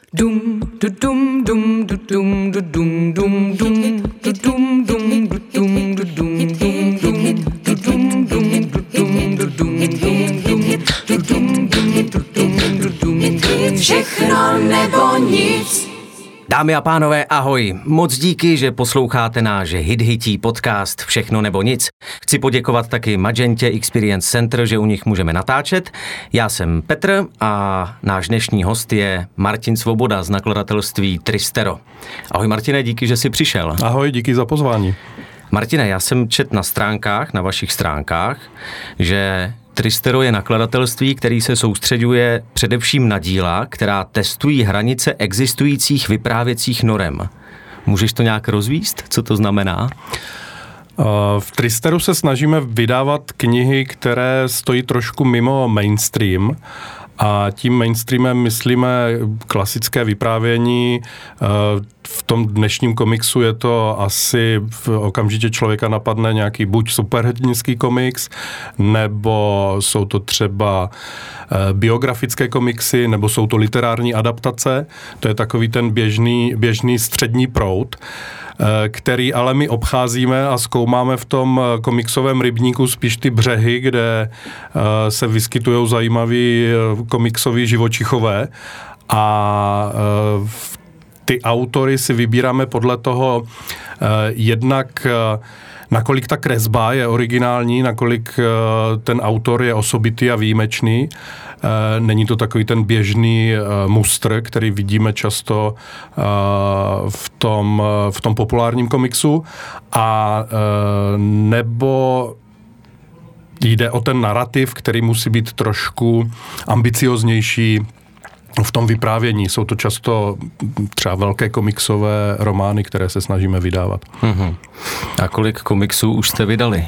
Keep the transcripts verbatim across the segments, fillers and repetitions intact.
Dum du dum dum du dum du dum dum dum du dum dum du dum du dum dum dum du dum dum du dum du dum dum dum du dum dum du dum du dum dum všechno nebo nic. Dámy a pánové, ahoj. Moc díky, že posloucháte náš hit-hití podcast Všechno nebo nic. Chci poděkovat taky Magentě Experience Center, že u nich můžeme natáčet. Já jsem Petr a náš dnešní host je Martin Svoboda z nakladatelství Tristero. Ahoj Martine, díky, že jsi přišel. Ahoj, díky za pozvání. Martine, já jsem četl na stránkách, na vašich stránkách, že Tristero je nakladatelství, který se soustřeďuje především na díla, která testují hranice existujících vyprávěcích norem. Můžeš to nějak rozvíst? Co to znamená? V Tristeru se snažíme vydávat knihy, které stojí trošku mimo mainstream. A tím mainstreamem myslíme klasické vyprávění. V tom dnešním komiksu je to asi okamžitě člověka napadne nějaký buď superhrdinský komiks, nebo jsou to třeba biografické komiksy, nebo jsou to literární adaptace. To je takový ten běžný, běžný střední proud, který ale my obcházíme a zkoumáme v tom komiksovém rybníku spíš ty břehy, kde se vyskytují zajímavý komiksový živočichové a ty autory si vybíráme podle toho jednak nakolik ta kresba je originální, nakolik ten autor je osobitý a výjimečný. Není to takový ten běžný mustr, který vidíme často v tom, v tom populárním komiksu. A nebo jde o ten narrativ, který musí být trošku ambicioznější v tom vyprávění. Jsou to často třeba velké komiksové romány, které se snažíme vydávat. Mm-hmm. A kolik komiksů už jste vydali?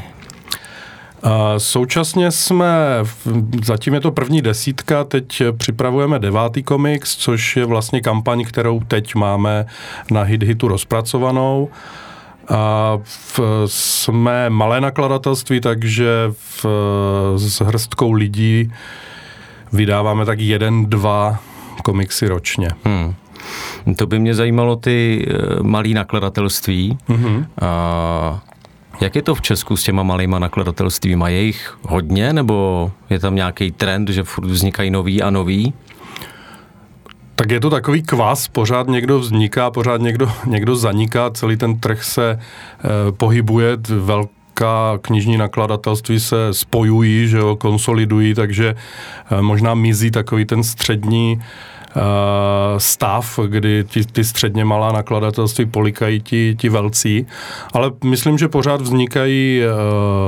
Současně jsme, zatím je to první desítka, teď připravujeme devátý komiks, což je vlastně kampaň, kterou teď máme na hit-hitu rozpracovanou. A v, jsme malé nakladatelství, takže v, s hrstkou lidí vydáváme tak jeden, dva komiksy ročně. Hmm. To by mě zajímalo ty malý nakladatelství. Mm-hmm. A jak je to v Česku s těma malýma nakladatelstvíma? Je jich hodně, nebo je tam nějaký trend, že furt vznikají nový a nový? Tak je to takový kvas, pořád někdo vzniká, pořád někdo, někdo zaniká, celý ten trh se eh, pohybuje, velká knižní nakladatelství se spojují, že jo, konsolidují, takže eh, možná mizí takový ten střední eh, stav, kdy ty, ty středně malá nakladatelství polikají ti, ti velcí, ale myslím, že pořád vznikají eh,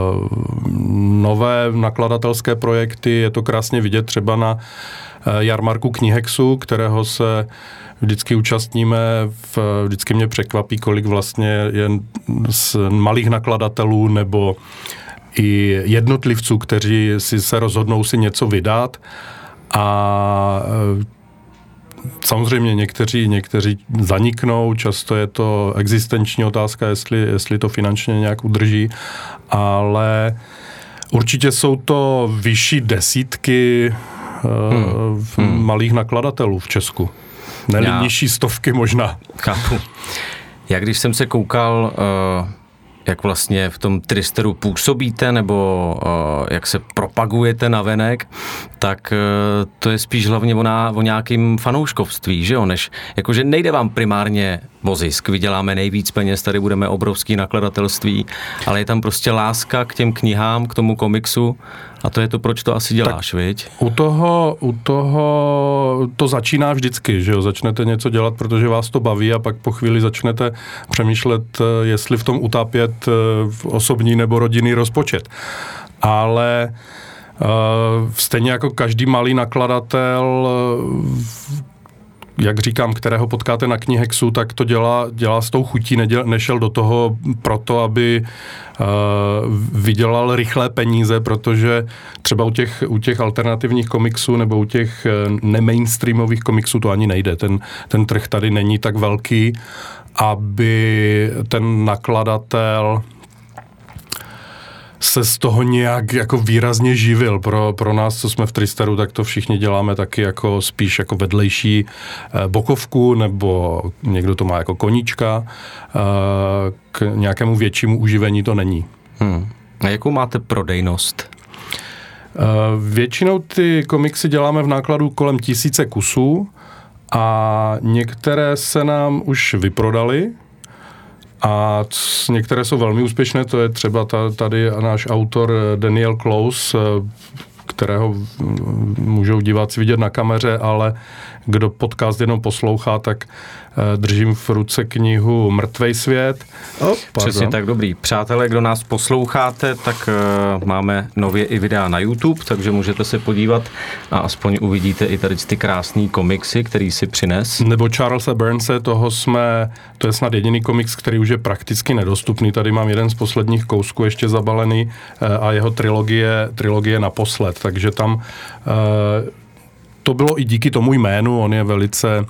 nové nakladatelské projekty, je to krásně vidět třeba na jarmarku Knihexu, kterého se vždycky účastníme. V, vždycky mě překvapí, kolik vlastně je z malých nakladatelů nebo i jednotlivců, kteří si se rozhodnou si něco vydat. A samozřejmě někteří, někteří zaniknou, často je to existenční otázka, jestli, jestli to finančně nějak udrží, ale určitě jsou to vyšší desítky Hmm. Hmm. malých nakladatelů v Česku. Ne Já... nižší stovky možná. Chápu. Já když jsem se koukal, uh, jak vlastně v tom Tristeru působíte, nebo uh, jak se propagujete navenek, tak uh, to je spíš hlavně o, ná, o nějakým fanouškovství, že jo? Než, jakože nejde vám primárně o zisk, vyděláme nejvíc peněz, tady budeme obrovský nakladatelství, ale je tam prostě láska k těm knihám, k tomu komiksu. A to je to, proč to asi děláš, viď? U toho, u toho to začíná vždycky, že jo? Začnete něco dělat, protože vás to baví a pak po chvíli začnete přemýšlet, jestli v tom utápět osobní nebo rodinný rozpočet. Ale uh, stejně jako každý malý nakladatel, jak říkám, kterého potkáte na Knihexu, tak to dělá, dělá s tou chutí, neděl, nešel do toho proto, aby uh, vydělal rychlé peníze, protože třeba u těch, u těch alternativních komiksů nebo u těch nemainstreamových komiksů to ani nejde. Ten, ten trh tady není tak velký, aby ten nakladatel se z toho nějak jako výrazně živil. Pro, pro nás, co jsme v Tristeru, tak to všichni děláme taky jako spíš jako vedlejší bokovku, nebo někdo to má jako koníčka. K nějakému většímu uživení to není. Hmm. A jakou máte prodejnost? Většinou ty komiksy děláme v nákladu kolem tisíce kusů a některé se nám už vyprodaly a některé jsou velmi úspěšné, to je třeba tady náš autor Daniel Close, kterého můžou diváci vidět na kameře, ale kdo podcast jenom poslouchá, tak držím v ruce knihu Mrtvej svět. Oh, Přesně tak, dobrý. Přátelé, kdo nás posloucháte, tak uh, máme nově i videa na YouTube, takže můžete se podívat a aspoň uvidíte i tady ty krásný komiksy, který si přines. Nebo Charlesa Burnse, toho jsme, to je snad jediný komiks, který už je prakticky nedostupný. Tady mám jeden z posledních kousků ještě zabalený uh, a jeho trilogie, trilogie Naposled, takže tam uh, to bylo i díky tomu jménu, on je velice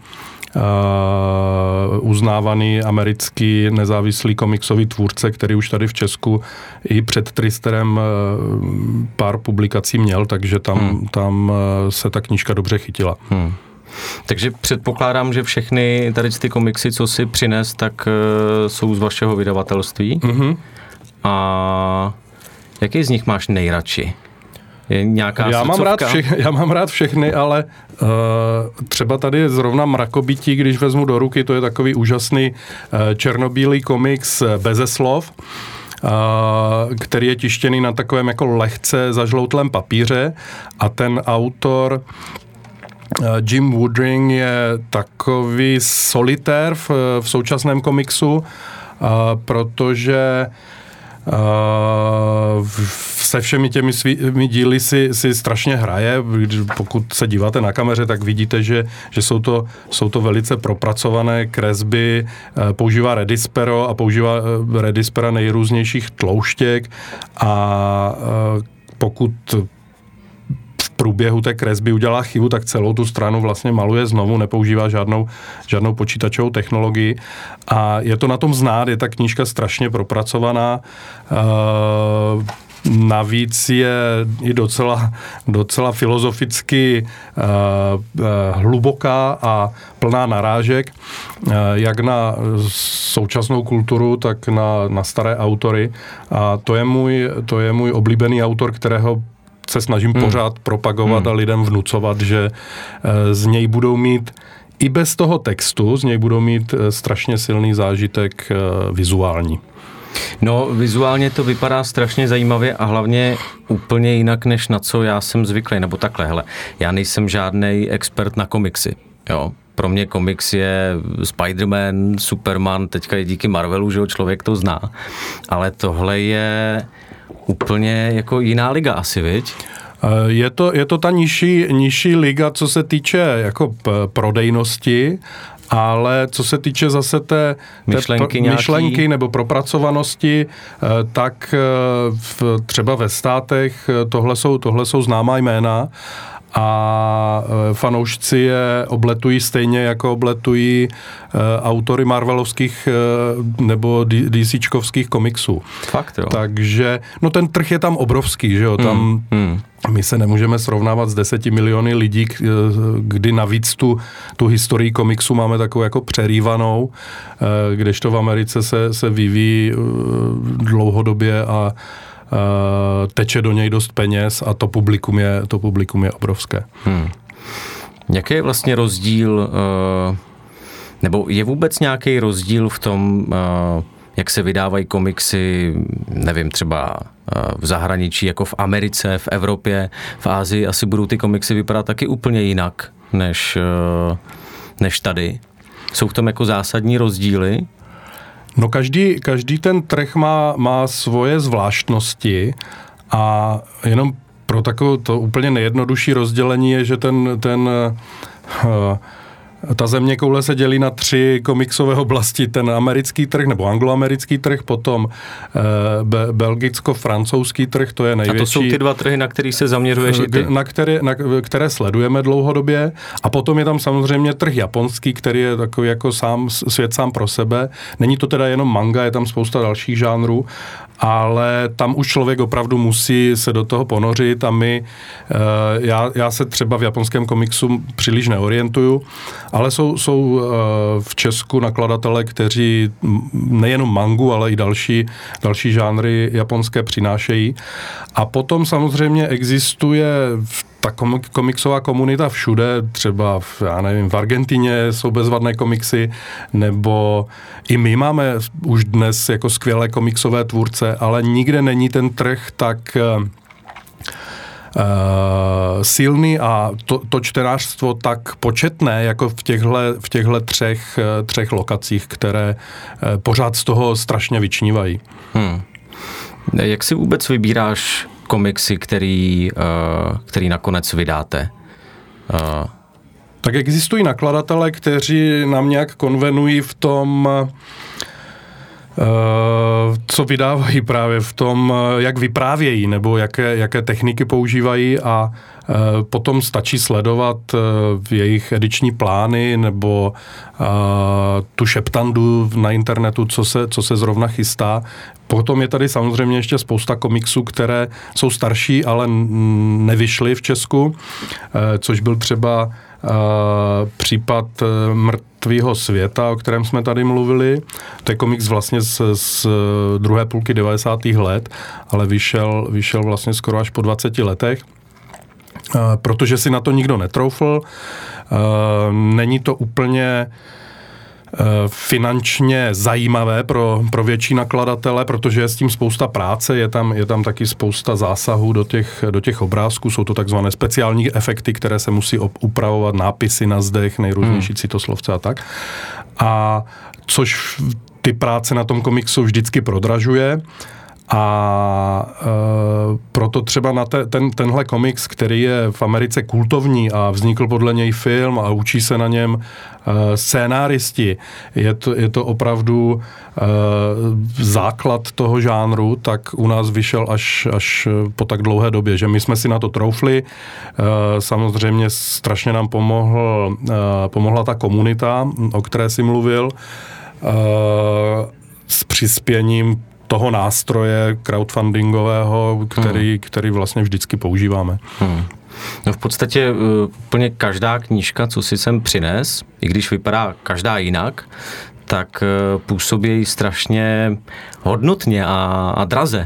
Uh, uznávaný americký nezávislý komiksový tvůrce, který už tady v Česku i před Tristerem uh, pár publikací měl, takže tam, hmm. tam uh, se ta knížka dobře chytila. Hmm. Takže předpokládám, že všechny tady ty komiksy, co si přines, tak uh, jsou z vašeho vydavatelství. Mm-hmm. A jaký z nich máš nejradši? Je nějaká já mám, rád všech, já mám rád všechny, ale uh, třeba tady je zrovna Mrakobytí, když vezmu do ruky, to je takový úžasný uh, černobílý komiks beze slov, uh, který je tištěný na takovém jako lehce zažloutlém papíře a ten autor uh, Jim Woodring je takový solitér v, v současném komiksu, uh, protože Uh, se všemi těmi svými díly si, si strašně hraje. Pokud se díváte na kameře, tak vidíte, že, že jsou, to, jsou to velice propracované kresby. Uh, používá Redispero a používá uh, Redispera nejrůznějších tlouštěk a uh, pokud v průběhu té kresby udělá chybu, tak celou tu stranu vlastně maluje znovu, nepoužívá žádnou, žádnou počítačovou technologii. A je to na tom znát, je ta knížka strašně propracovaná. Uh, navíc je i docela, docela filozoficky uh, uh, hluboká a plná narážek, uh, jak na současnou kulturu, tak na, na staré autory. A to je můj, to je můj oblíbený autor, kterého se snažím hmm. pořád propagovat hmm. a lidem vnucovat, že z něj budou mít i bez toho textu, z něj budou mít strašně silný zážitek vizuální. No, vizuálně to vypadá strašně zajímavě a hlavně úplně jinak, než na co já jsem zvyklý, nebo takhle, hele, já nejsem žádnej expert na komiksy, jo. Pro mě komiks je Spider-Man, Superman, teďka je díky Marvelu, že jo, člověk to zná, ale tohle je úplně jako jiná liga asi, viď? Je to, je to ta nižší, nižší liga, co se týče jako prodejnosti, ale co se týče zase té, myšlenky, té myšlenky nebo propracovanosti, tak v, třeba ve státech tohle jsou, tohle jsou známá jména a fanoušci je obletují stejně, jako obletují autory marvelovských nebo DCčkovských komiksů. Fakt, jo. Takže, no ten trh je tam obrovský, že jo, tam hmm, hmm. my se nemůžeme srovnávat s deseti miliony lidí, kdy navíc tu, tu historii komiksu máme takovou jako přerývanou, kdežto v Americe se, se vyvíjí dlouhodobě a teče do něj dost peněz a to publikum je, to publikum je obrovské. Hmm. Jaký je vlastně rozdíl, nebo je vůbec nějaký rozdíl v tom, jak se vydávají komiksy, nevím, třeba v zahraničí, jako v Americe, v Evropě, v Asii, asi budou ty komiksy vypadat taky úplně jinak, než, než tady. Jsou v tom jako zásadní rozdíly? No každý, každý ten trh má, má svoje zvláštnosti a jenom pro takové to úplně nejjednodušší rozdělení je, že ten, ten uh, ta zeměkoule se dělí na tři komiksové oblasti. Ten americký trh nebo angloamerický trh, potom uh, be, belgicko-francouzský trh, to je největší. A to jsou ty dva trhy, na který se zaměřuješ i ty? Na které, na které sledujeme dlouhodobě. A potom je tam samozřejmě trh japonský, který je takový jako sám, svět sám pro sebe. Není to teda jenom manga, je tam spousta dalších žánrů. ale tam už člověk opravdu musí se do toho ponořit a my, já, já se třeba v japonském komiksu příliš neorientuju, ale jsou, jsou v Česku nakladatelé, kteří nejenom mangu, ale i další, další žánry japonské přinášejí. A potom samozřejmě existuje ta komiksová komunita všude, třeba v, já nevím, v Argentině jsou bezvadné komiksy, nebo i my máme už dnes jako skvělé komiksové tvůrce, ale nikde není ten trh tak uh, silný a to, to čtenářstvo tak početné, jako v těchto v těchto třech, třech lokacích, které uh, pořád z toho strašně vyčnívají. Hmm. Jak si vůbec vybíráš komiksy, který, uh, který nakonec vydáte? Uh. Tak existují nakladatelé, kteří nám nějak konvenují v tom, uh, co vydávají právě, v tom, jak vyprávějí, nebo jaké, jaké techniky používají a uh, potom stačí sledovat uh, jejich ediční plány nebo uh, tu šeptandu na internetu, co se, co se zrovna chystá. Potom je tady samozřejmě ještě spousta komiksů, které jsou starší, ale nevyšly v Česku, což byl třeba případ Mrtvýho světa, o kterém jsme tady mluvili. To je komiks vlastně z, z druhé půlky devadesátých let, ale vyšel, vyšel vlastně skoro až po dvaceti letech, protože si na to nikdo netroufl. Není to úplně finančně zajímavé pro, pro větší nakladatele, protože je s tím spousta práce, je tam, je tam taky spousta zásahů do těch, do těch obrázků, jsou to takzvané speciální efekty, které se musí upravovat, nápisy na zdech, nejrůznější hmm. citoslovce a tak. A což ty práce na tom komiksu vždycky prodražuje. A e, proto třeba na te, ten, tenhle komiks, který je v Americe kultovní a vznikl podle něj film a učí se na něm e, scénáristi, je to, je to opravdu e, základ toho žánru, tak u nás vyšel až, až po tak dlouhé době, že my jsme si na to troufli. E, samozřejmě strašně nám pomohl, e, pomohla ta komunita, o které jsi mluvil, e, s přispěním toho nástroje crowdfundingového, který, hmm. který vlastně vždycky používáme. Hmm. No v podstatě úplně každá knížka, co si sem přines, i když vypadá každá jinak, tak působí strašně hodnotně a, a draze.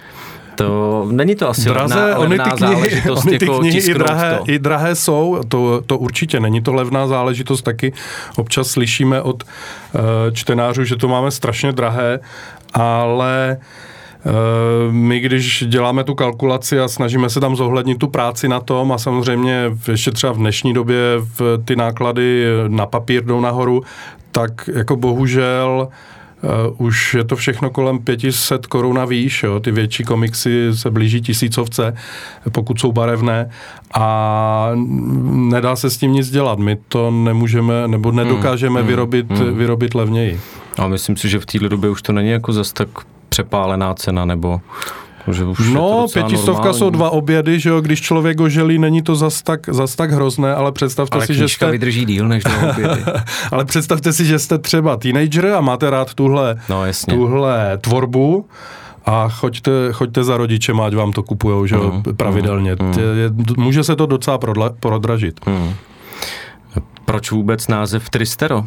To není to asi draze, levná, levná ty knihy, záležitost ty jako knihy i drahé, to. i drahé jsou, to, to určitě není to levná záležitost, taky občas slyšíme od uh, čtenářů, že to máme strašně drahé, ale uh, my, když děláme tu kalkulaci a snažíme se tam zohlednit tu práci na tom a samozřejmě ještě třeba v dnešní době v ty náklady na papír jdou nahoru, tak jako bohužel Uh, už je to všechno kolem pět set korun a výš, jo. Ty větší komiksy se blíží tisícovce, pokud jsou barevné a nedá se s tím nic dělat. My to nemůžeme, nebo nedokážeme hmm, vyrobit, hmm. vyrobit levněji. A myslím si, že v této době už to není jako zas tak přepálená cena, nebo... No, pětistovka jsou dva obědy, že jo, když člověk oželí, není to zas tak, zas tak hrozné, ale představte ale si, že jste... vydrží díl než dva obědy. Ale představte si, že jste třeba teenager a máte rád tuhle, no, tuhle tvorbu a choďte, choďte za rodičem, ať vám to kupujou, že jo, mm, pravidelně. Mm, je, může se to docela prodla, prodražit. Mm. Proč vůbec název Tristero?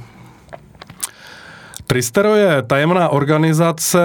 Tristero je tajemná organizace,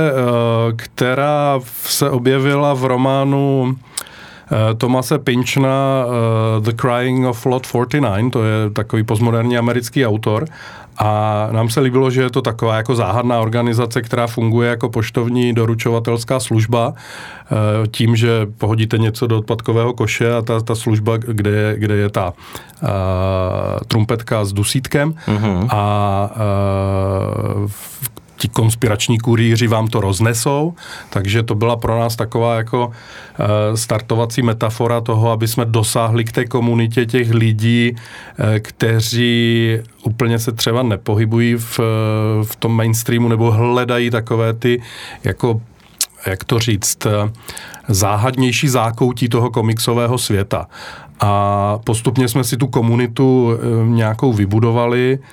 která se objevila v románu Thomase Pynchona The Crying of Lot čtyřicet devět, to je takový postmoderní americký autor. A nám se líbilo, že je to taková jako záhadná organizace, která funguje jako poštovní doručovatelská služba, tím, že pohodíte něco do odpadkového koše a ta, ta služba, kde je, kde je ta uh, trumpetka s dusítkem uh-huh. a uh, ti konspirační kurýři vám to roznesou, takže to byla pro nás taková jako uh, startovací metafora toho, aby jsme dosáhli k té komunitě těch lidí, uh, kteří úplně se třeba nepohybují v, v tom mainstreamu nebo hledají takové ty jako, jak to říct, záhadnější zákoutí toho komiksového světa. A postupně jsme si tu komunitu uh, nějakou vybudovali.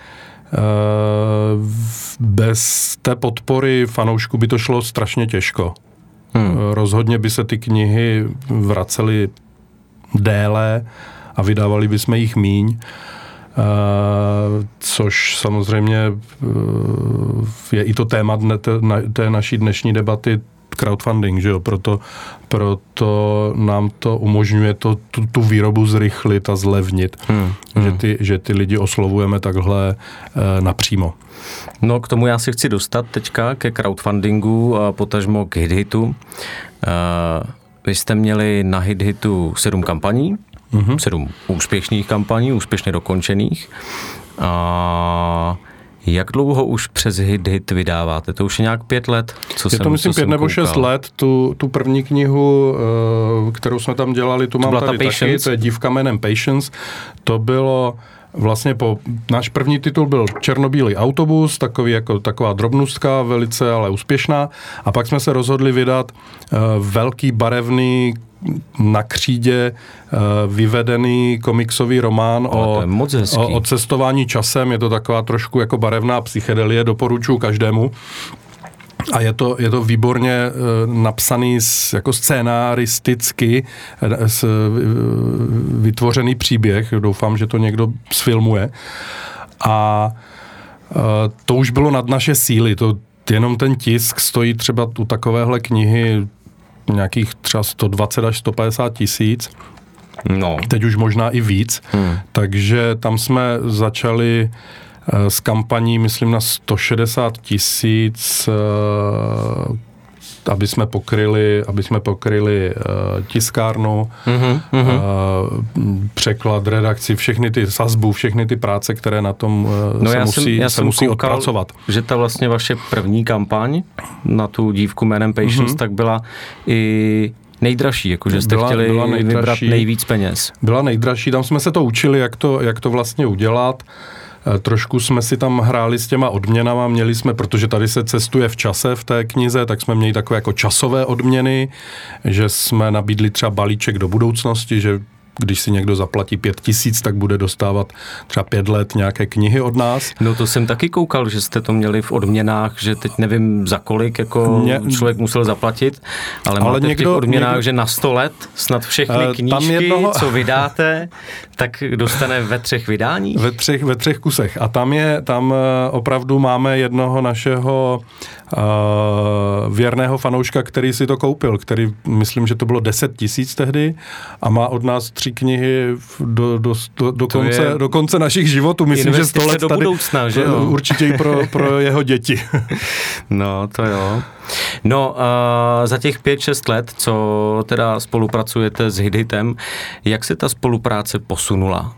bez té podpory fanoušků by to šlo strašně těžko. Hmm. Rozhodně by se ty knihy vracely déle a vydávali bychom jich míň. Uh, což samozřejmě uh, je i to téma dne, té, na, té naší dnešní debaty crowdfunding, že jo? Proto, proto nám to umožňuje to, tu, tu výrobu zrychlit a zlevnit, hmm. Hmm. Že, ty, že ty lidi oslovujeme takhle uh, napřímo. No k tomu já si chci dostat teďka ke crowdfundingu a potažmo k HitHitu. Uh, vy jste měli na HitHitu sedm kampaní, mm-hmm. sedm úspěšných kampaní, úspěšně dokončených. A jak dlouho už přes HitHit vydáváte? To už je nějak pět let? Co je jsem, to myslím pět nebo šest let. Tu, tu první knihu, kterou jsme tam dělali, tu to mám tady taky, to je Dívka jménem Patience. To bylo vlastně po, náš první titul byl Černobílý autobus, takový jako, taková drobnůstka, velice ale úspěšná. A pak jsme se rozhodli vydat uh, velký barevný na křídě uh, vyvedený komiksový román o, o, o cestování časem. Je to taková trošku jako barevná psychedelie, doporučuji každému. A je to, je to výborně e, napsaný s, jako scénaristicky e, s, e, vytvořený příběh. Doufám, že to někdo sfilmuje. A e, to už bylo nad naše síly. To, jenom ten tisk stojí třeba u takovéhle knihy nějakých třeba sto dvacet až sto padesát tisíc. No. Teď už možná i víc. Hmm. Takže tam jsme začali s kampaní, myslím, na sto šedesát tisíc, aby jsme pokryli, aby jsme pokryli tiskárnu, mm-hmm, mm-hmm. překlad, redakci, všechny ty sazbu, všechny ty práce, které na tom no se já musí, jsem, já se musí koukal, odpracovat. Že ta vlastně vaše první kampaň na tu Dívku jménem Patience, mm-hmm. tak byla i nejdražší, jakože jste byla, chtěli byla vybrat nejvíc peněz. Byla nejdražší, tam jsme se to učili, jak to, jak to vlastně udělat. Trošku jsme si tam hráli s těma odměnama, měli jsme, protože tady se cestuje v čase v té knize, tak jsme měli takové jako časové odměny, že jsme nabídli třeba balíček do budoucnosti, že když si někdo zaplatí pět tisíc, tak bude dostávat třeba pět let nějaké knihy od nás. No to jsem taky koukal, že jste to měli v odměnách, že teď nevím za kolik jako Ně, člověk musel zaplatit, ale, ale máte někdo, v těch odměnách, někdo, že na sto let snad všechny knížky, jednoho, co vydáte, tak dostane ve třech vydáních? Ve třech, ve třech kusech. A tam je, tam opravdu máme jednoho našeho uh, věrného fanouška, který si to koupil, který, myslím, že to bylo deset tisíc tehdy a má od nás tři knihy do, do, do, do, konce, do konce našich životů. Myslím, že sto let do tady budoucna, že jo? Určitě i pro, pro jeho děti. No, to jo. No, uh, za těch pět šest let, co teda spolupracujete s HitHitem, jak se ta spolupráce posunula?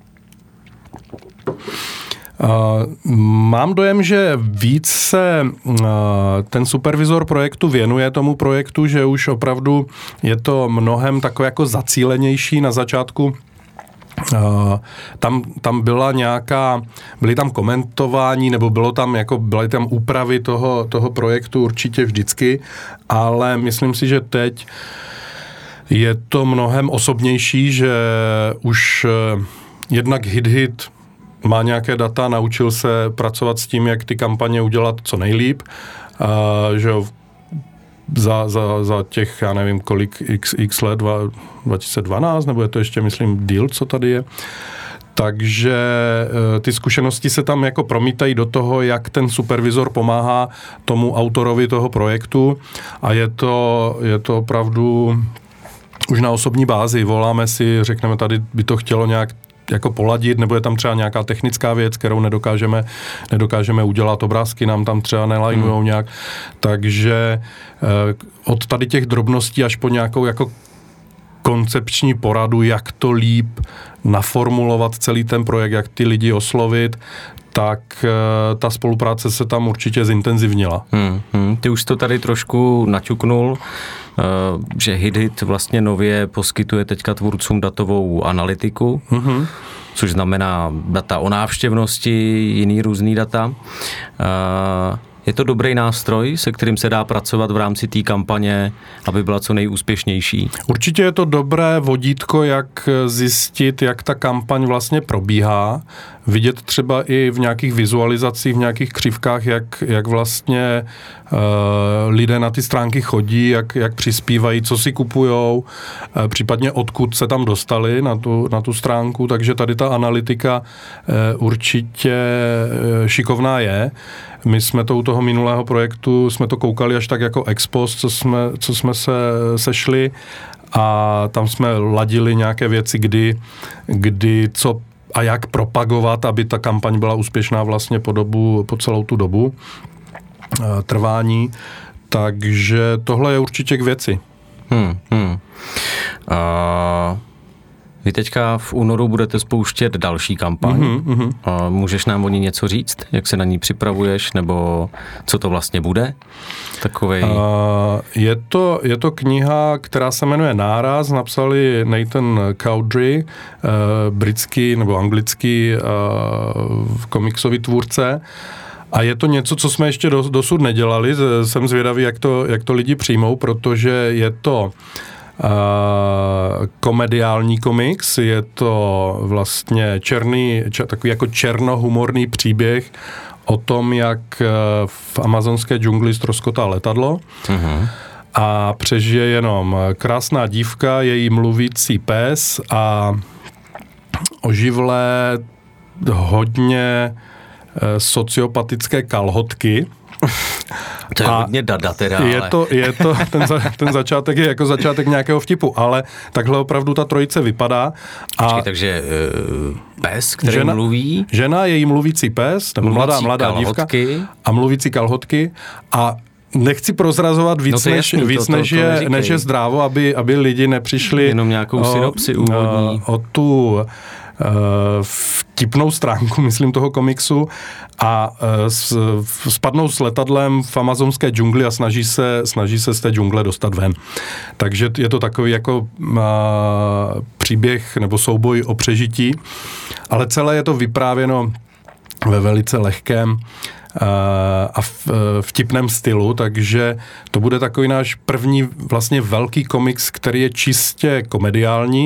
Uh, mám dojem, že víc se uh, ten supervizor projektu věnuje tomu projektu, že už opravdu je to mnohem takové jako zacílenější. Na začátku uh, tam, tam byla nějaká, byly tam komentování, nebo bylo tam jako, byly tam úpravy toho, toho projektu určitě vždycky, ale myslím si, že teď je to mnohem osobnější, že už uh, jednak HitHit má nějaké data, naučil se pracovat s tím, jak ty kampaně udělat co nejlíp, a, že jo, za, za, za těch, já nevím, kolik x, x let, dva, dva tisíce dvanáct, nebo je to ještě, myslím, díl, co tady je. Takže ty zkušenosti se tam jako promítají do toho, jak ten supervizor pomáhá tomu autorovi toho projektu a je to, je to opravdu už na osobní bázi. Voláme si, řekneme, tady by to chtělo nějak jako poladit, nebo je tam třeba nějaká technická věc, kterou nedokážeme, nedokážeme udělat, obrázky nám tam třeba nelajnujou hmm. nějak, takže eh, od tady těch drobností až po nějakou jako koncepční poradu, jak to líp naformulovat celý ten projekt, jak ty lidi oslovit, tak e, ta spolupráce se tam určitě zintenzivnila. Hmm, hmm. Ty už to tady trošku naťuknul, e, že HitHit vlastně nově poskytuje teďka tvůrcům datovou analytiku, hmm. což znamená data o návštěvnosti, jiný různý data. E, Je to dobrý nástroj, se kterým se dá pracovat v rámci té kampaně, aby byla co nejúspěšnější? Určitě je to dobré vodítko, jak zjistit, jak ta kampaň vlastně probíhá. vidět třeba i v nějakých vizualizacích, v nějakých křivkách, jak, jak vlastně uh, lidé na ty stránky chodí, jak, jak přispívají, co si kupujou, uh, případně odkud se tam dostali na tu, na tu stránku, takže tady ta analytika uh, určitě uh, šikovná je. My jsme to u toho minulého projektu, jsme to koukali až tak jako ex post, co jsme, co jsme se sešli a tam jsme ladili nějaké věci, kdy, kdy co a jak propagovat, aby ta kampaň byla úspěšná vlastně po dobu, po celou tu dobu trvání. Takže tohle je určitě k věci. Hmm, hmm. A vy teďka v únoru budete spouštět další kampaň. Mm-hmm, mm-hmm. A můžeš nám o ní něco říct? Jak se na ní připravuješ? Nebo co to vlastně bude? Takovej... Uh, je, to, je to kniha, která se jmenuje Náraz. Napsali Nathan Cowdery, uh, britský nebo anglický uh, komiksový tvůrce. A je to něco, co jsme ještě dosud nedělali. Jsem zvědavý, jak to, jak to lidi přijmou, protože je to Uh, komediální komiks, je to vlastně černý, čer, takový jako černohumorný příběh o tom, jak v amazonské džungli ztroskotá letadlo uh-huh. a přežije jenom krásná dívka, její mluvící pes a oživlé hodně sociopatické kalhotky. To je a hodně dada teda, je ale... to, je to, ten, za, ten začátek je jako začátek nějakého vtipu, ale takhle opravdu ta trojice vypadá. A Počkej, takže uh, pes, který žena, mluví? Žena, její mluvící pes, nebo mladá, mladá dívka a mluvící kalhotky a nechci prozrazovat víc, no než, jasný, víc to, to, než, to je, než je zdrávo, aby, aby lidi nepřišli jenom nějakou o, synopsi úvodní. O, o tu vtipnou stránku, myslím, toho komiksu a spadnou s letadlem v amazonské džungli a snaží se, snaží se z té džungle dostat ven. Takže je to takový jako a, příběh nebo souboj o přežití, ale celé je to vyprávěno ve velice lehkém a vtipném stylu, takže to bude takový náš první vlastně velký komiks, který je čistě komediální,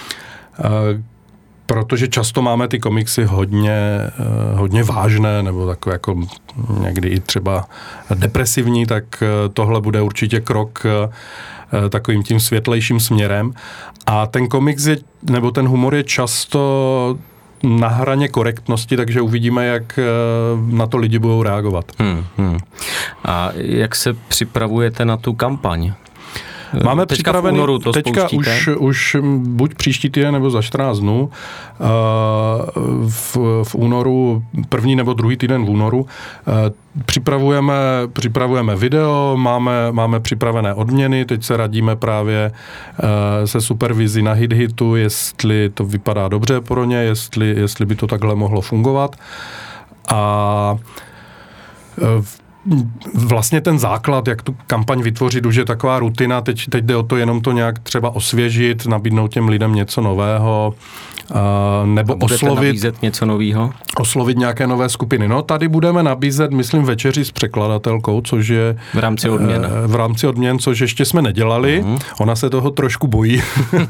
protože často máme ty komiksy hodně, hodně vážné, nebo takové jako někdy i třeba depresivní, tak tohle bude určitě krok takovým tím světlejším směrem. A ten komiks je, nebo ten humor je často na hraně korektnosti, takže uvidíme, jak na to lidi budou reagovat. Hmm, hmm. A jak se připravujete na tu kampaň? Máme teďka připravený, v únoru to teďka už, už buď příští týden nebo za čtrnáct dnů, v, v únoru, první nebo druhý týden v únoru, připravujeme, připravujeme video, máme, máme připravené odměny, teď se radíme právě se supervizí na HitHitu, jestli to vypadá dobře pro ně, jestli, jestli by to takhle mohlo fungovat. A vlastně ten základ, jak tu kampaň vytvořit, už je taková rutina, teď, teď jde o to jenom to nějak třeba osvěžit, nabídnout těm lidem něco nového, uh, nebo oslovit nabízet něco nového? Oslovit nějaké nové skupiny. No, tady budeme nabízet, myslím, večeři s překladatelkou, což je v rámci odměn. Uh, v rámci odměn, což ještě jsme nedělali. Uh-huh. Ona se toho trošku bojí.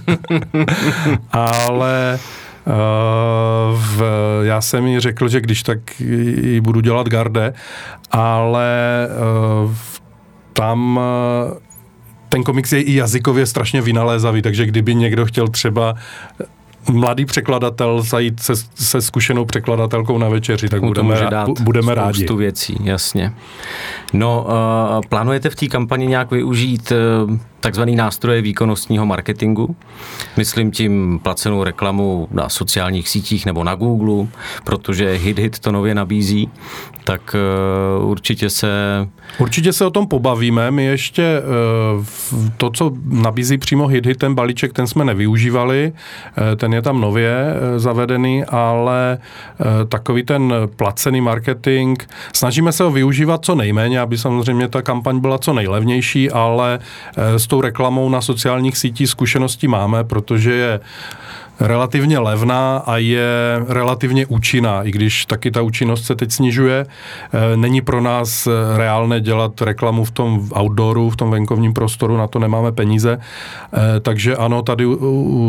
Ale Uh, v, já jsem jí řekl, že když tak ji budu dělat garde, ale uh, tam uh, ten komiks je i jazykově strašně vynalézavý, takže kdyby někdo chtěl třeba mladý překladatel zajít se, se zkušenou překladatelkou na večeři, tak budeme, budeme rádi. Spoustu věcí, jasně. No, uh, plánujete v té kampani nějak využít uh, takzvaný nástroje výkonnostního marketingu? Myslím tím placenou reklamu na sociálních sítích nebo na Google, protože HitHit to nově nabízí, tak uh, určitě se... Určitě se o tom pobavíme. My ještě uh, to, co nabízí přímo HitHit, ten balíček, ten jsme nevyužívali, uh, ten je tam nově uh, zavedený, ale uh, takový ten placený marketing, snažíme se ho využívat co nejméně, aby samozřejmě ta kampaň byla co nejlevnější, ale uh, s tou reklamou na sociálních sítích zkušenosti máme, protože je relativně levná a je relativně účinná, i když taky ta účinnost se teď snižuje. Není pro nás reálné dělat reklamu v tom outdooru, v tom venkovním prostoru, na to nemáme peníze. Takže ano, tady u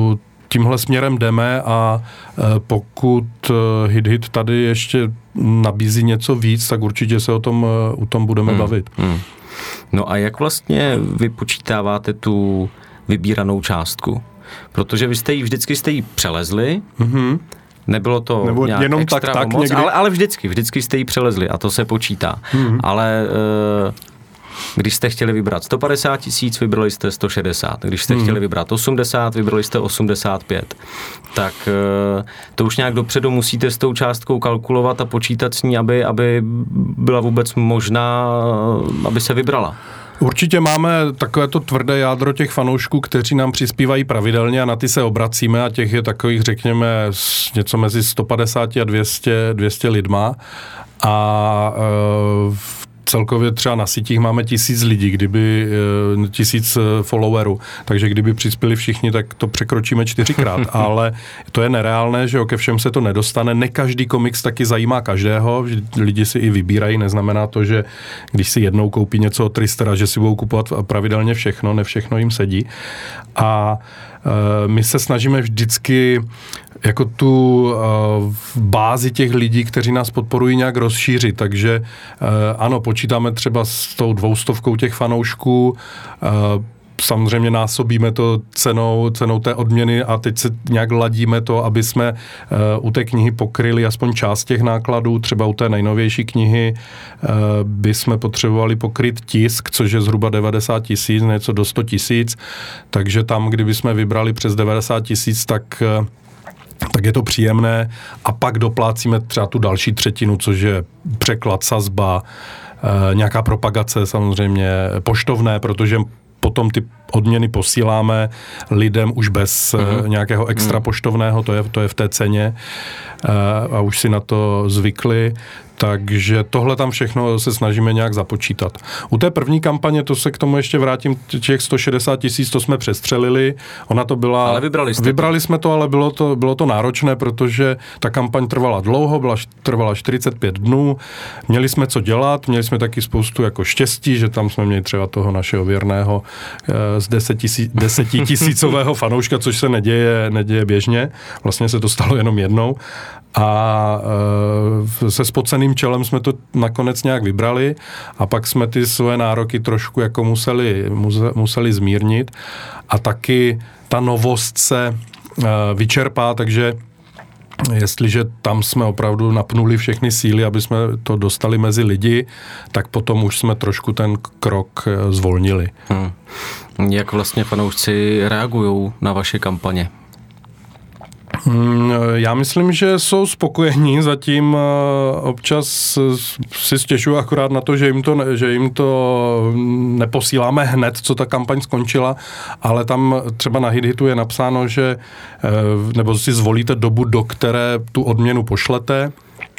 tímhle směrem jdeme a pokud Hit Hit tady ještě nabízí něco víc, tak určitě se o tom, o tom budeme hmm. bavit. Hmm. No a jak vlastně vy počítáváte tu vybíranou částku? Protože vy jste jí, vždycky jste jí přelezli, mm-hmm. nebylo to Nebo nějak jenom extra tak, tak moc, někdy... ale, ale vždycky, vždycky jste jí přelezli a to se počítá. Mm-hmm. Ale e, když jste chtěli vybrat sto padesát tisíc, vybrali jste sto šedesát. Když jste mm-hmm. chtěli vybrat osmdesát, vybrali jste osmdesát pět. Tak e, to už nějak dopředu musíte s tou částkou kalkulovat a počítat s ní, aby, aby byla vůbec možná, aby se vybrala. Určitě máme takovéto tvrdé jádro těch fanoušků, kteří nám přispívají pravidelně a na ty se obracíme a těch je takových, řekněme, něco mezi sto padesát a dvě stě lidma a e, celkově třeba na sítích máme tisíc lidí, kdyby tisíc followerů, takže kdyby přispěli všichni, tak to překročíme čtyřikrát, ale to je nereálné, že ke všem se to nedostane. Ne každý komiks taky zajímá každého, lidi si i vybírají, neznamená to, že když si jednou koupí něco od Tristera, že si budou kupovat pravidelně všechno, ne všechno jim sedí. A my se snažíme vždycky jako tu uh, bázi těch lidí, kteří nás podporují, nějak rozšířit. Takže uh, ano, počítáme třeba s tou dvoustovkou těch fanoušků, uh, samozřejmě násobíme to cenou, cenou té odměny a teď se nějak ladíme to, aby jsme uh, u té knihy pokryli aspoň část těch nákladů. Třeba u té nejnovější knihy uh, by jsme potřebovali pokryt tisk, což je zhruba devadesát tisíc, něco do sto tisíc. Takže tam, kdyby jsme vybrali přes devadesát tisíc, tak uh, tak je to příjemné a pak doplácíme třeba tu další třetinu, což je překlad, sazba, e, nějaká propagace samozřejmě, poštovné, protože potom ty odměny posíláme lidem už bez mm-hmm. nějakého extra poštovného, to je, to je v té ceně e, a už si na to zvykli. Takže tohle tam všechno se snažíme nějak započítat. U té první kampaně, to se k tomu ještě vrátím, těch sto šedesát tisíc, to jsme přestřelili. Ona to byla... Ale vybrali jste Vybrali to. jsme to, ale bylo to, bylo to náročné, protože ta kampaň trvala dlouho, byla, trvala čtyřicet pět dnů. Měli jsme co dělat, měli jsme taky spoustu jako štěstí, že tam jsme měli třeba toho našeho věrného z desetitisícového fanouška, což se neděje, neděje běžně. Vlastně se to stalo jenom jednou. A e, se spoceným čelem jsme to nakonec nějak vybrali a pak jsme ty svoje nároky trošku jako museli, muse, museli zmírnit a taky ta novost se e, vyčerpá, takže jestliže tam jsme opravdu napnuli všechny síly, aby jsme to dostali mezi lidi, tak potom už jsme trošku ten krok zvolnili. Hmm. Jak vlastně fanoušci reagují na vaše kampaně? Já myslím, že jsou spokojení, zatím občas si stěžují akorát na to, že jim to, že jim to neposíláme hned, co ta kampaň skončila, ale tam třeba na Hit Hitu je napsáno, že nebo si zvolíte dobu, do které tu odměnu pošlete.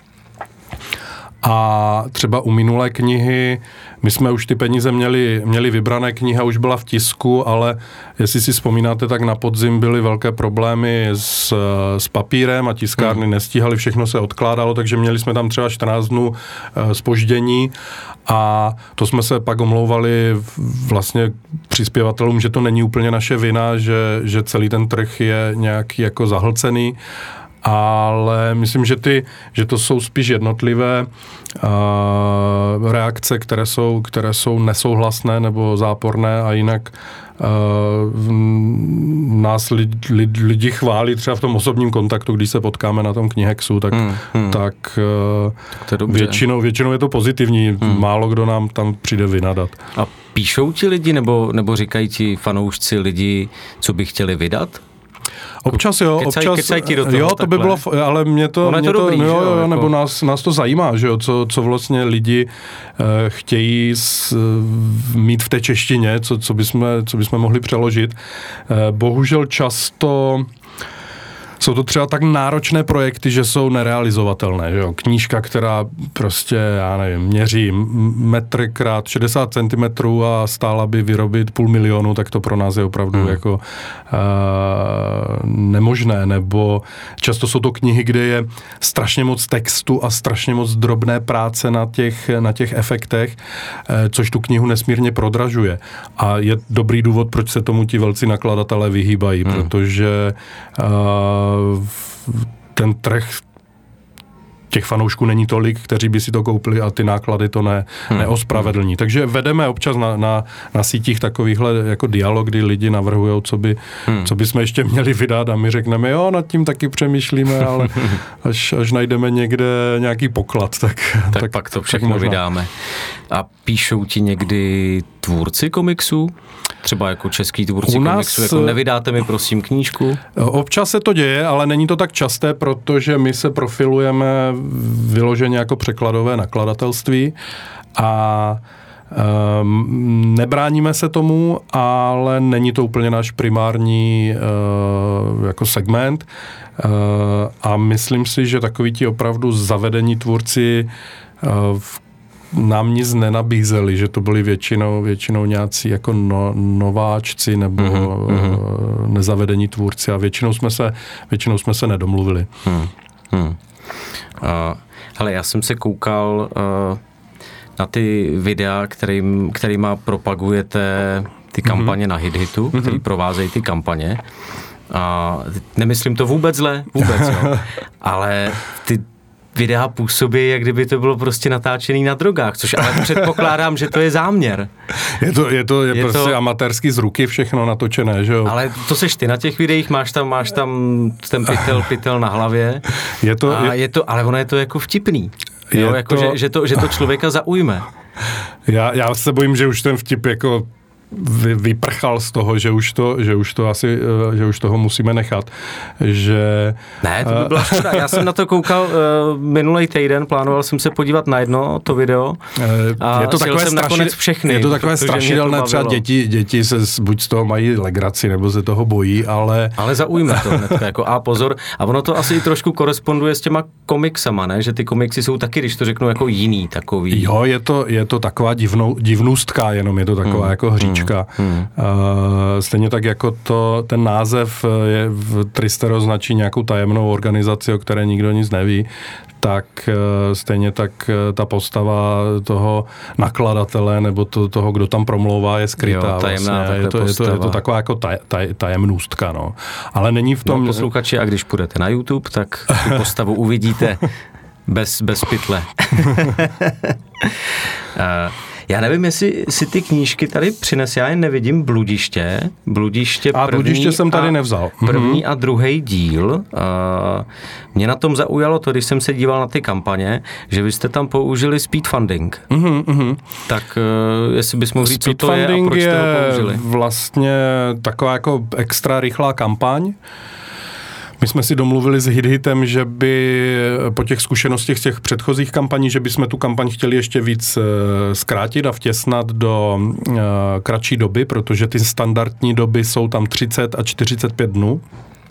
A třeba u minulé knihy, my jsme už ty peníze měli, měli vybrané, kniha už byla v tisku, ale jestli si vzpomínáte, tak na podzim byly velké problémy s, s papírem a tiskárny hmm. nestíhaly, všechno se odkládalo, takže měli jsme tam třeba čtrnáct dnů zpoždění a to jsme se pak omlouvali vlastně přispěvatelům, že to není úplně naše vina, že, že celý ten trh je nějaký jako zahlcený. Ale myslím, že, ty, že to jsou spíš jednotlivé uh, reakce, které jsou, které jsou nesouhlasné nebo záporné a jinak uh, nás lidi, lidi, lidi chválí třeba v tom osobním kontaktu, když se potkáme na tom knihexu, tak, hmm, hmm. tak, uh, tak většinou, většinou je to pozitivní. Hmm. Málo kdo nám tam přijde vynadat. A píšou ti lidi nebo, nebo říkají ti fanoušci lidi, co by chtěli vydat? Občas jo, kecaj, občas, kecaj ti do toho, jo, to takhle. by bylo, ale mě to, mě to, to dobrý, jo, jo, jako... nebo nás, nás to zajímá, že jo, co, co vlastně lidi uh, chtějí s, uh, mít v té češtině, co, co bychom, co bychom mohli přeložit. Uh, bohužel často jsou to třeba tak náročné projekty, že jsou nerealizovatelné. Že jo? Knížka, která prostě, já nevím, měří metr krát šedesát centimetrů a stála by vyrobit půl milionu, tak to pro nás je opravdu hmm. jako uh, nemožné. Nebo často jsou to knihy, kde je strašně moc textu a strašně moc drobné práce na těch, na těch efektech, uh, což tu knihu nesmírně prodražuje. A je dobrý důvod, proč se tomu ti velcí nakladatelé vyhýbají, hmm. protože uh, ten trh těch fanoušků není tolik, kteří by si to koupili a ty náklady to ne, hmm. neospravedlní. Takže vedeme občas na, na, na sítích takovýchhle jako dialog, kdy lidi navrhujou, co by, hmm. co by jsme ještě měli vydat a my řekneme, jo, nad tím taky přemýšlíme, ale až, až najdeme někde nějaký poklad, tak... Tak, tak pak to všechno vydáme. A píšou ti někdy tvůrci komiksů? Třeba jako český tvůrci nás, komiksu, jako nevydáte mi prosím knížku? Občas se to děje, ale není to tak časté, protože my se profilujeme vyloženě jako překladové nakladatelství a um, nebráníme se tomu, ale není to úplně náš primární uh, jako segment uh, a myslím si, že takoví ti opravdu zavedení tvůrci uh, v nám nic nenabízeli, že to byli většinou, většinou nějací jako no, nováčci nebo mm-hmm. nezavedení tvůrci a většinou jsme se, většinou jsme se nedomluvili. Hmm. Hmm. Uh, hele, já jsem se koukal uh, na ty videa, kterým, kterýma propagujete ty kampaně mm-hmm. na HitHitu, mm-hmm. který provázejí ty kampaně. A nemyslím to vůbec zle, vůbec, jo. Ale ty videa působí, jak kdyby to bylo prostě natáčený na drogách, což ale předpokládám, že to je záměr. Je to, je to, je je prostě to... amatérsky z ruky všechno natočené, že jo? Ale to seš ty na těch videích, máš tam, máš tam ten pytel, pytel na hlavě. Je to, a je... je to, ale ono je to jako vtipný. Jo, jako, to... Že, že, to, že to člověka zaujme. Já, já se bojím, že už ten vtip jako vy, vyprchal z toho, že už to, že už to asi, že už toho musíme nechat, že... Ne, to by byla škoda. Já jsem na to koukal uh, minulý týden, plánoval jsem se podívat na jedno to video a je to takové jsem straši... nakonec všechny. Je to takové strašidelné, třeba děti, děti se buď z toho mají legraci, nebo se toho bojí, ale... Ale zaujme to hnedka, jako a pozor. A ono to asi i trošku koresponduje s těma komiksama, ne? Že ty komiksy jsou taky, když to řeknu, jako jiný takový. Jo, je to, je to taková divnou, divnůstka, jenom je to taková hmm. jako hříčka. Hmm. Uh, stejně tak jako to, ten název je v Tristero značí nějakou tajemnou organizaci, o které nikdo nic neví, tak uh, stejně tak uh, ta postava toho nakladatele nebo to, toho, kdo tam promlouvá, je skrytá. Jo, tajemná vlastně. Je to, je, to, je to taková jako taj, taj, tajemnůstka, no. Ale není v tom... No, posluchači, a když půjdete na YouTube, tak tu postavu uvidíte bez, bez pytle. uh, Já nevím, jestli si ty knížky tady přines, já je nevidím, Bludiště. Bludiště a první Bludiště jsem tady a, nevzal. První a druhý díl. A mě na tom zaujalo to, když jsem se díval na ty kampaně, že vy jste tam použili speedfunding. Mm-hmm, mm-hmm. Tak jestli bys mohl říct, co to je a proč jste ho použili. Je vlastně taková jako extra rychlá kampaň. My jsme si domluvili s HitHitem, že by po těch zkušenostech z těch předchozích kampaní, že bychom tu kampaň chtěli ještě víc zkrátit a vtěsnat do kratší doby, protože ty standardní doby jsou tam třicet a čtyřicet pět dnů.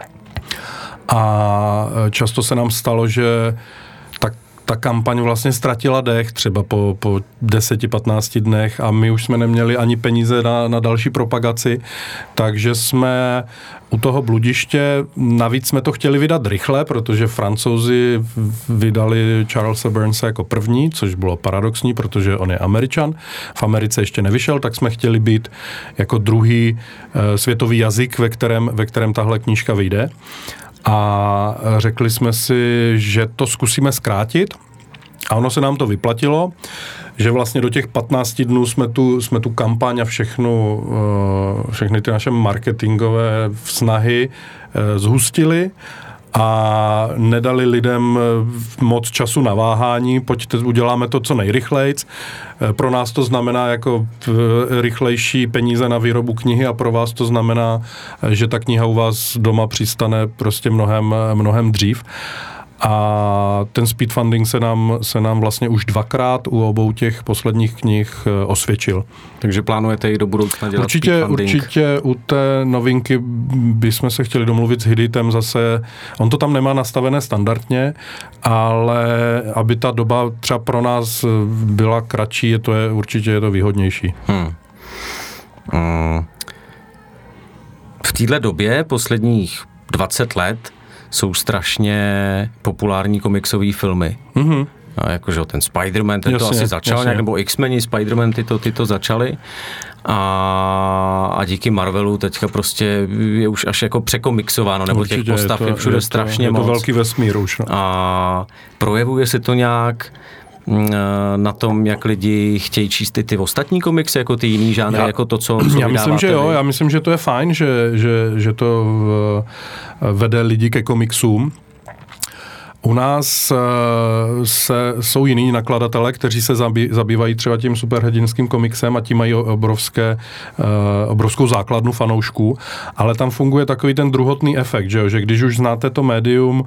A často se nám stalo, že tak ta kampaň vlastně ztratila dech třeba po, po deseti patnácti dnech a my už jsme neměli ani peníze na, na další propagaci, takže jsme u toho Bludiště, navíc jsme to chtěli vydat rychle, protože Francouzi vydali Charlesa Burnse jako první, což bylo paradoxní, protože on je Američan. V Americe ještě nevyšel, tak jsme chtěli být jako druhý e, světový jazyk, ve kterém, ve kterém tahle knížka vyjde. A řekli jsme si, že to zkusíme zkrátit a ono se nám to vyplatilo, že vlastně do těch patnácti dnů jsme tu, jsme tu kampaň a všechnu, všechny ty naše marketingové snahy zhustili a nedali lidem moc času na váhání, pojďte, uděláme to co nejrychlejc. Pro nás to znamená jako rychlejší peníze na výrobu knihy a pro vás to znamená, že ta kniha u vás doma přistane prostě mnohem, mnohem dřív. a ten speedfunding se nám, se nám vlastně už dvakrát u obou těch posledních knih osvědčil. Takže plánujete i do budoucna dělat určitě, speedfunding? Určitě u té novinky bychom se chtěli domluvit s Hiditem zase, on to tam nemá nastavené standardně, ale aby ta doba třeba pro nás byla kratší, je to je, určitě je to výhodnější. Hmm. Hmm. V téhle době posledních dvacet let jsou strašně populární komiksové filmy. Mm-hmm. A jakože ten Spider-Man, ten jasně, to asi začal jasně. nějak, nebo X-meni, Spider-Man, ty to, ty to začaly. A, a díky Marvelu teďka prostě je už až jako překomiksováno, nebo určitě těch postav je, to, je všude je to, strašně je moc. Je to velký vesmír už. No. A projevuje se to nějak na tom, jak lidi chtějí číst ty, ty ostatní komiksy, jako ty jiný žánry, já, jako to, co, co já myslím, že jo, vy. já myslím, že to je fajn, že, že, že to vede lidi ke komiksům. U nás se, jsou jiní nakladatelé, kteří se zabý, zabývají třeba tím superhrdinským komiksem a tím mají obrovské, obrovskou základnu fanoušků, ale tam funguje takový ten druhotný efekt, že, jo? Že když už znáte to médium,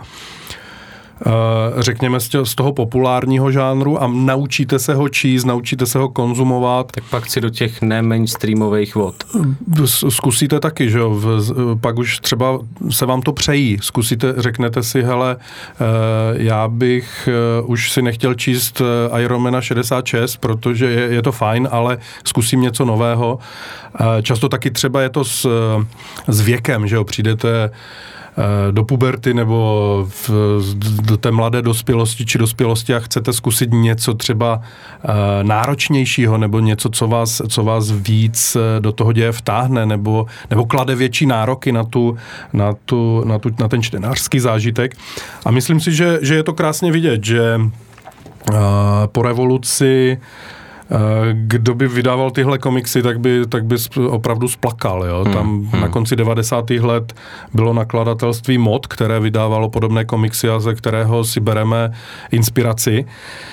řekněme z toho populárního žánru a naučíte se ho číst, naučíte se ho konzumovat. Tak pak si do těch ne-mainstreamových vod. Zkusíte taky, že jo, pak už třeba se vám to přejí. Zkusíte, řeknete si, hele, já bych už si nechtěl číst Ironmana šedesát šest, protože je, je to fajn, ale zkusím něco nového. Často taky třeba je to s, s věkem, že jo, přijdete do puberty nebo v, do té mladé dospělosti či dospělosti a chcete zkusit něco třeba náročnějšího nebo něco, co vás, co vás víc do toho děje vtáhne nebo, nebo klade větší nároky na, tu, na, tu, na, tu, na ten čtenářský zážitek. A myslím si, že, že je to krásně vidět, že po revoluci kdo by vydával tyhle komiksy, tak by, tak by opravdu splakal. Jo? Tam hmm, hmm. na konci devadesátých let bylo nakladatelství M O D, které vydávalo podobné komiksy a ze kterého si bereme inspiraci.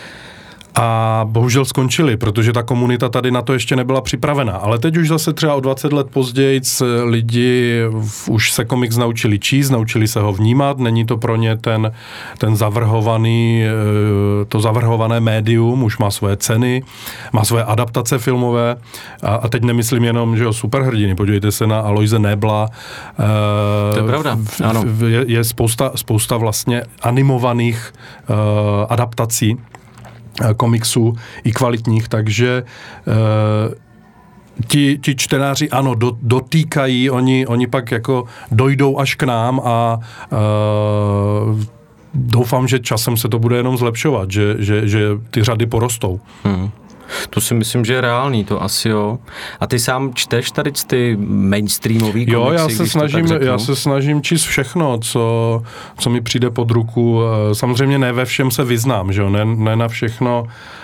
A bohužel skončili, protože ta komunita tady na to ještě nebyla připravena. Ale teď už zase třeba o dvacet let později lidi už se komiks naučili číst, naučili se ho vnímat, není to pro ně ten, ten zavrhovaný, to zavrhované médium, už má svoje ceny, má svoje adaptace filmové a, a teď nemyslím jenom, že jo, superhrdiny, podívejte se na Aloise Nebla. To je pravda, ano. Je, je spousta, spousta vlastně animovaných uh, adaptací komiksů i kvalitních, takže e, ti, ti čtenáři ano, do, dotýkají, oni, oni pak jako dojdou až k nám a e, doufám, že časem se to bude jenom zlepšovat, že, že, že ty řady porostou. Hmm. To si myslím, že je reálný, to asi jo. A ty sám čteš tady ty mainstreamový komiksy? Jo, já se, snažím, já se snažím číst všechno, co, co mi přijde pod ruku. Samozřejmě ne ve všem se vyznám, že jo? Ne, ne na všechno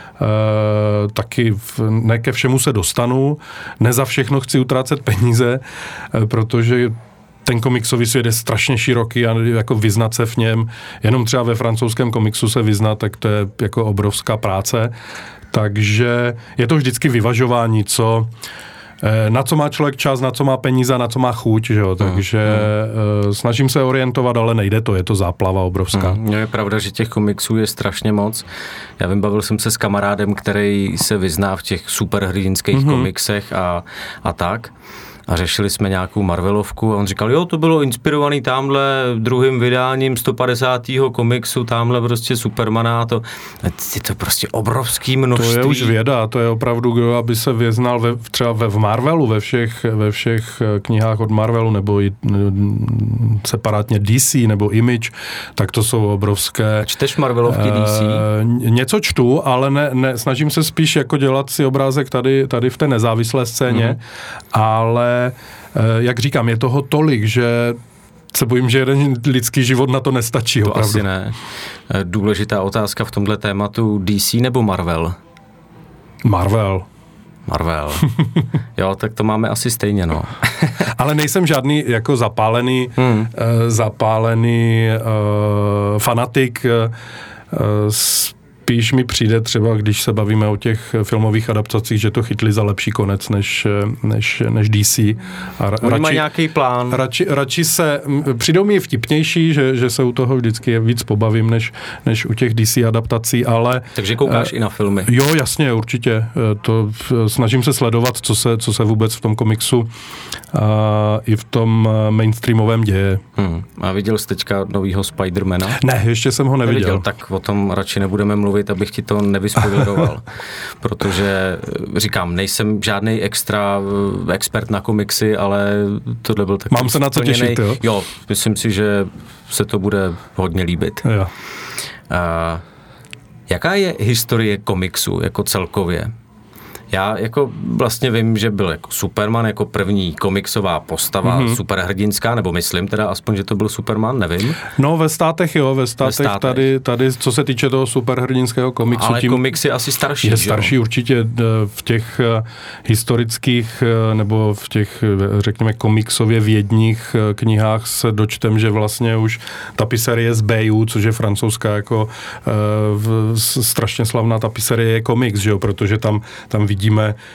e, taky, v, ne ke všemu se dostanu, ne za všechno chci utrácet peníze, e, protože ten komiksový svět je strašně široký a jako vyznat se v něm, jenom třeba ve francouzském komiksu se vyznat, tak to je jako obrovská práce. Takže je to vždycky vyvažování, co, na co má člověk čas, na co má peníze, na co má chuť, že jo? Takže hmm. snažím se orientovat, ale nejde to, je to záplava obrovská. Hmm. Je pravda, že těch komiksů je strašně moc. Já vím, bavil jsem se s kamarádem, který se vyzná v těch superhrdinských hmm. komiksech a, a tak. A řešili jsme nějakou Marvelovku a on říkal, jo, to bylo inspirovaný tamhle druhým vydáním sto padesátého komiksu, tamhle prostě Supermana a to, je to prostě obrovský množství. To je už věda, to je opravdu, kdo aby se vyznal ve, třeba ve v Marvelu, ve všech, ve všech knihách od Marvelu, nebo i separátně D C, nebo Image, tak to jsou obrovské. A čteš Marvelovky D C? E, něco čtu, ale ne, ne, snažím se spíš jako dělat si obrázek tady, tady v té nezávislé scéně, mm. ale jak říkám, je toho tolik, že se bojím, že jeden lidský život na to nestačí. To opravdu. Asi ne. Důležitá otázka v tomhle tématu, D C nebo Marvel? Marvel. Marvel. Jo, tak to máme asi stejně, no. Ale nejsem žádný jako zapálený, hmm. uh, zapálený uh, fanatik uh, spíš mi přijde třeba, když se bavíme o těch filmových adaptacích, že to chytli za lepší konec než, než, než D C. A Oni radši, mají nějaký plán. Radši, radši se, přijdou mi vtipnější, že, že se u toho vždycky víc pobavím, než, než u těch D C adaptací, ale... Takže koukáš uh, i na filmy. Jo, jasně, určitě. To, snažím se sledovat, co se, co se vůbec v tom komiksu uh, i v tom mainstreamovém děje. Hmm. A viděl jsi teďka novýho Spidermana? Ne, ještě jsem ho neviděl. neviděl. Tak o tom radši nebudeme mluvit, abych ti to nevyspoileroval. Protože říkám, nejsem žádný extra expert na komiksy, ale tohle byl takový... Mám se na co těšit, jo? Jo, myslím si, že se to bude hodně líbit. Jo. Uh, jaká je historie komiksu jako celkově? Já jako vlastně vím, že byl jako Superman jako první komiksová postava, mm-hmm. superhrdinská, nebo myslím teda aspoň, že to byl Superman, nevím. No ve státech jo, ve státech, ve státech. Tady, tady, co se týče toho superhrdinského komiksu. Ale tím komiks je asi starší, Je starší jo? určitě v těch historických, nebo v těch, řekněme, komiksově vědních knihách se dočtem, že vlastně už tapiserie z Bayeux, což je francouzská jako uh, strašně slavná tapiserie, je komiks, že jo, protože tam, tam vidíme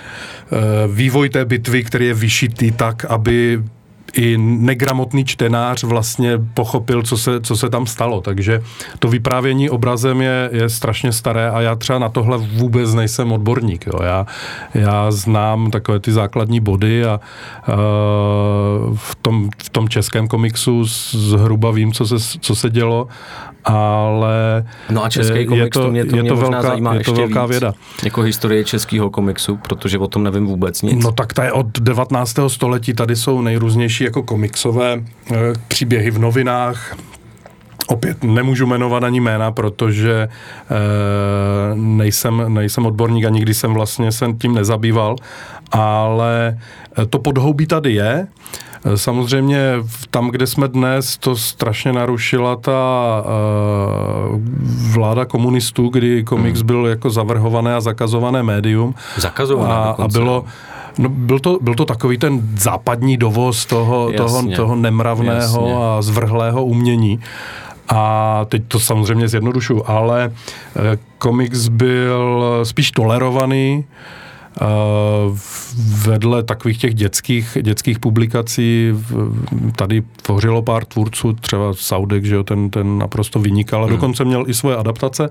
vývoj té bitvy, který je vyšitý tak, aby i negramotný čtenář vlastně pochopil, co se, co se tam stalo. Takže to vyprávění obrazem je, je strašně staré a já třeba na tohle vůbec nejsem odborník. Jo. Já, já znám takové ty základní body a uh, v, tom, v tom českém komiksu zhruba vím, co se, co se dělo, ale no a český komiks, je to, to mě, to je mě to možná velká, zajímá je to ještě velká víc. věda. Jako historie českého komiksu, protože o tom nevím vůbec nic. No tak to je od devatenáctého století, tady jsou nejrůznější jako komiksové e, příběhy v novinách. Opět nemůžu jmenovat ani jména, protože e, nejsem, nejsem odborník a nikdy jsem vlastně se tím nezabýval, ale to podhoubí tady je. Samozřejmě tam, kde jsme dnes, to strašně narušila ta uh, vláda komunistů, kdy komiks hmm. byl jako zavrhované a zakazované médium. Zakazované a, a bylo No, byl to, byl to takový ten západní dovoz toho, toho, toho nemravného jasně. a zvrhlého umění. A teď to samozřejmě zjednodušuju, ale eh, komiks byl spíš tolerovaný. Uh, vedle takových těch dětských, dětských publikací tady tvořilo pár tvůrců, třeba Saudek, že jo, ten, ten naprosto vynikal, a hmm. dokonce měl i svoje adaptace,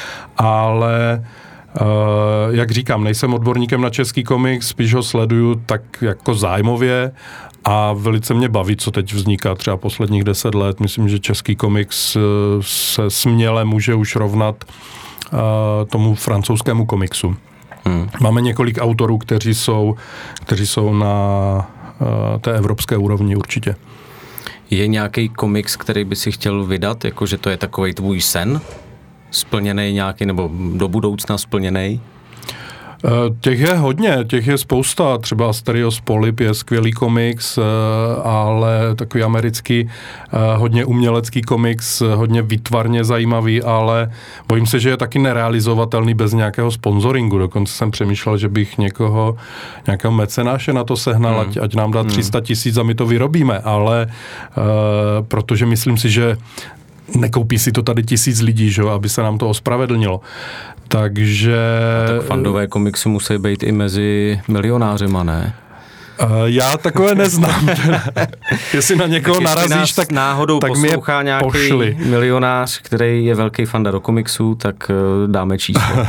ale uh, jak říkám, nejsem odborníkem na český komiks, spíš ho sleduju tak jako zájmově a velice mě baví, co teď vzniká třeba posledních deset let. Myslím, že český komiks se směle může už rovnat uh, tomu francouzskému komiksu. Hmm. Máme několik autorů, kteří jsou, kteří jsou na uh, té evropské úrovni určitě. Je nějaký komiks, který by si chtěl vydat, jakože to je takovej tvůj sen splněnej nějaký, nebo do budoucna splněnej? Těch je hodně, těch je spousta, třeba Asterios Polyp je skvělý komiks, ale takový americký, hodně umělecký komiks, hodně výtvarně zajímavý, ale bojím se, že je taky nerealizovatelný bez nějakého sponzoringu. Dokonce jsem přemýšlel, že bych někoho, nějakého mecenáše na to sehnal, hmm. ať, ať nám dá tři sta tisíc a my to vyrobíme, ale uh, protože myslím si, že nekoupí si to tady tisíc lidí, že, aby se nám to ospravedlnilo. Takže... A tak fandové komiksy musí být i mezi milionářema, ne? Uh, já takové neznám. Jestli na někoho tak narazíš, tak náhodou tak poslouchá nějaký pošli. milionář, který je velký fanda do komiksů, tak uh, dáme číslo.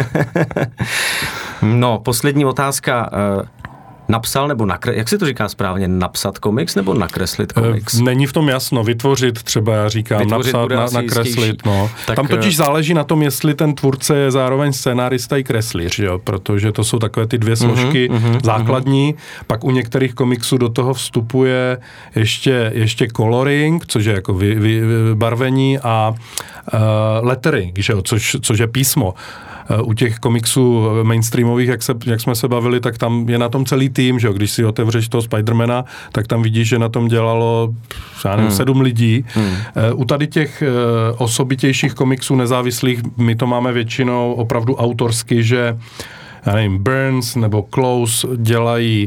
No, poslední otázka. Uh, Napsal nebo nakreslit, jak se to říká správně, napsat komiks nebo nakreslit komiks? Není v tom jasno, vytvořit třeba, já říkám, vytvořit napsat, na, nakreslit, no. Tak, tam totiž záleží na tom, jestli ten tvůrce je zároveň scénárista i kreslíř, jo, protože to jsou takové ty dvě složky uh-huh, uh-huh, základní, uh-huh. Pak u některých komiksů do toho vstupuje ještě, ještě coloring, což je jako vy, vy, barvení a uh, lettering, že jo, což, což je písmo. U těch komiksů mainstreamových, jak, se, jak jsme se bavili, tak tam je na tom celý tým, že jo? Když si otevřeš toho Spidermana, tak tam vidíš, že na tom dělalo já nevím, hmm. sedm lidí. Hmm. U tady těch osobitějších komiksů nezávislých, my to máme většinou opravdu autorsky, že já nevím, Burns nebo Close dělají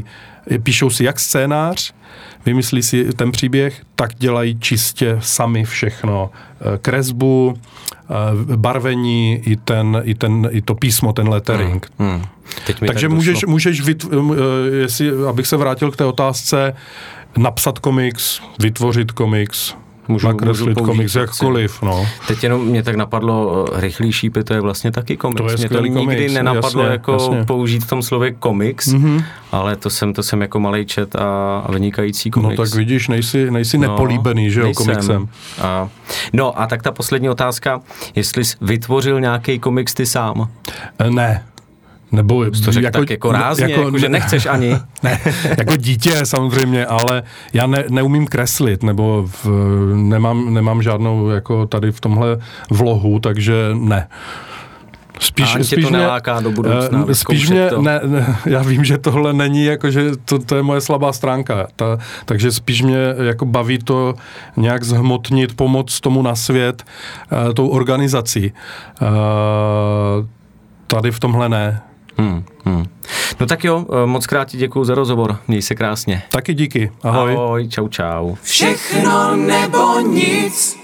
píšou si jak scénář, vymyslí si ten příběh, tak dělají čistě sami všechno. Kresbu, barvení i, ten, i, ten, i to písmo, ten lettering. Hmm. Hmm. Takže tak můžeš, můžeš vyt, jestli, abych se vrátil k té otázce, napsat komiks, vytvořit komiks, můžu, nakreslit můžu komiks, jakkoliv. No. Teď jenom mě tak napadlo, Rychlý šípy, to je vlastně taky komiks. To je mě to nikdy komiks, nenapadlo jasně, jako jasně. použít v tom slově komiks, mm-hmm. ale to jsem, to jsem jako malej čet a, a vynikající komiks. No tak vidíš, nejsi, nejsi no, nepolíbený, že jo, komiksem. A, no a tak ta poslední otázka, jestli jsi vytvořil nějaký komiks ty sám? Ne. Nebo to řekl jako, tak jako rázně, jako, jako, že nechceš ani. Ne, jako dítě samozřejmě, ale já ne, neumím kreslit, nebo v, nemám, nemám žádnou jako tady v tomhle vlohu, takže ne. Spíš, a spíš to mě, neláká do budoucna. Spíš mě, ne, ne, já vím, že tohle není, jako, že to, to je moje slabá stránka, ta, takže spíš mě jako baví to nějak zhmotnit, pomoct tomu na svět, uh, tou organizací. Uh, tady v tomhle ne. Hmm, hmm. No tak jo, moc krát ti děkuju za rozhovor, měj se krásně. Taky díky, ahoj. Ahoj, čau čau. Všechno nebo nic.